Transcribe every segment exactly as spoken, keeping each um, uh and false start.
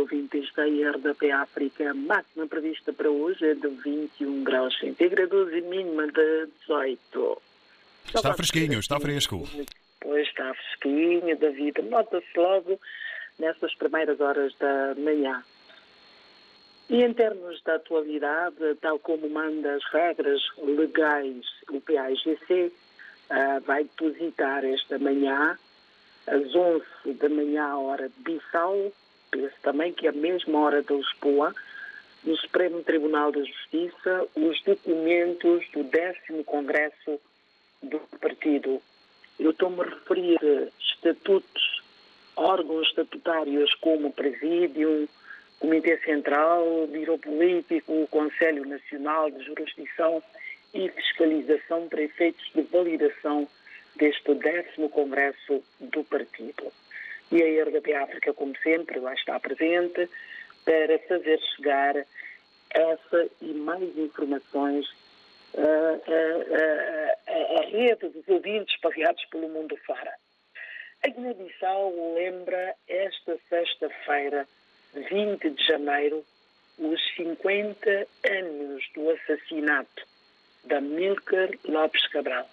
ouvintes da R D P África. A máxima prevista para hoje é de vinte e um graus centígrados e mínima de dezoito. Está fresquinho, está fresco. Pois está fresquinho, David. Nota-se logo nessas primeiras horas da manhã. E em termos da atualidade, tal como manda as regras legais, o P A G C uh, vai depositar esta manhã, às onze da manhã, hora de Bissau, penso também que é a mesma hora de Lisboa, no Supremo Tribunal da Justiça, os documentos do décimo Congresso do Partido. Eu estou-me a referir a estatutos, órgãos estatutários como o Presídio, Comitê Central, Biro Político, Conselho Nacional de Jurisdição e Fiscalização para efeitos de validação deste décimo Congresso do Partido. E a R D P África, como sempre, lá está presente para fazer chegar essa e mais informações à rede dos ouvintes espalhados pelo mundo fora. A Guiné-Bissau lembra esta sexta-feira, vinte de janeiro, os cinquenta anos do assassinato de Amílcar Lopes Cabral.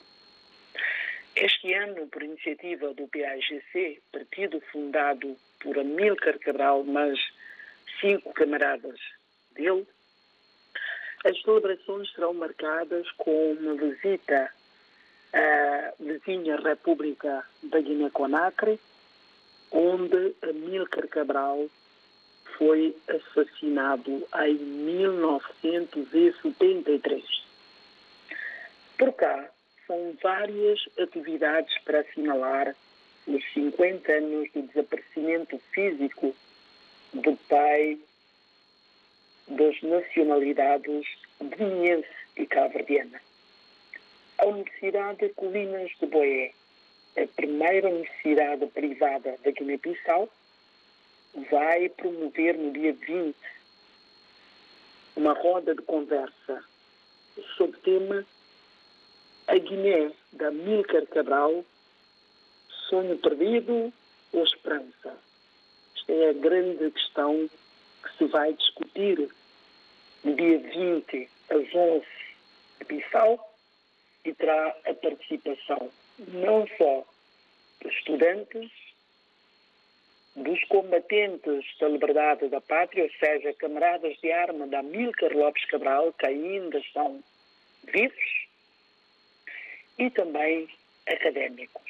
Este ano, por iniciativa do P A G C, partido fundado por Amílcar Cabral, mas cinco camaradas dele, as celebrações serão marcadas com uma visita à vizinha República da Guiné-Conakry, onde Amílcar Cabral foi assassinado em mil novecentos e setenta e três. Por cá, são várias atividades para assinalar os cinquenta anos do desaparecimento físico do pai das nacionalidades guineense e cabo-verdiana. A Universidade de Colinas de Boé, a primeira universidade privada da Guiné-Bissau, vai promover no dia vinte uma roda de conversa sobre o tema A Guiné, de Amílcar Cabral, sonho perdido ou esperança? Esta é a grande questão que se vai discutir no dia vinte, às onze de Bissau, e terá a participação não só dos estudantes, dos combatentes da liberdade da pátria, ou seja, camaradas de arma de Amílcar Lopes Cabral, que ainda estão vivos, e também académicos.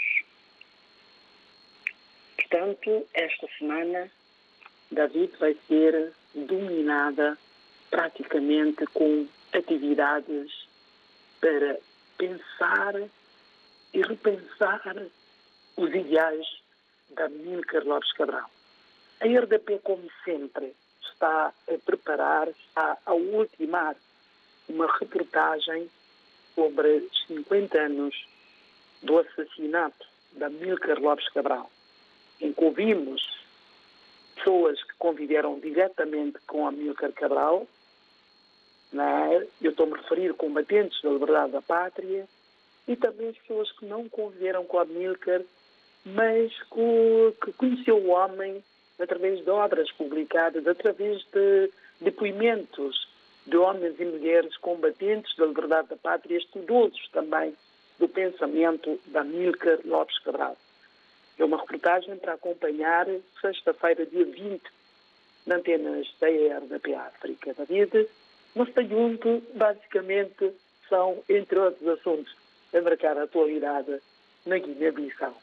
Portanto, esta semana, David, vai ser dominada praticamente com atividades para pensar e repensar os ideais de Amílcar Lopes Cabral. A R D P, como sempre, está a preparar, está a ultimar uma reportagem sobre os cinquenta anos do assassinato de Amílcar Lopes Cabral, em que ouvimos pessoas que conviveram diretamente com Amílcar Cabral, não é? Eu estou-me a referir a combatentes da liberdade da pátria, e também pessoas que não conviveram com Amílcar, mas que conheceu o homem através de obras publicadas, através de depoimentos de homens e mulheres combatentes da liberdade da pátria, estudiosos também do pensamento de Amílcar Lopes Cabral. É uma reportagem para acompanhar sexta-feira, dia vinte, na antenas da R D P África. David, mas junto, basicamente, são, entre outros assuntos, a marcar a atualidade na Guiné-Bissau.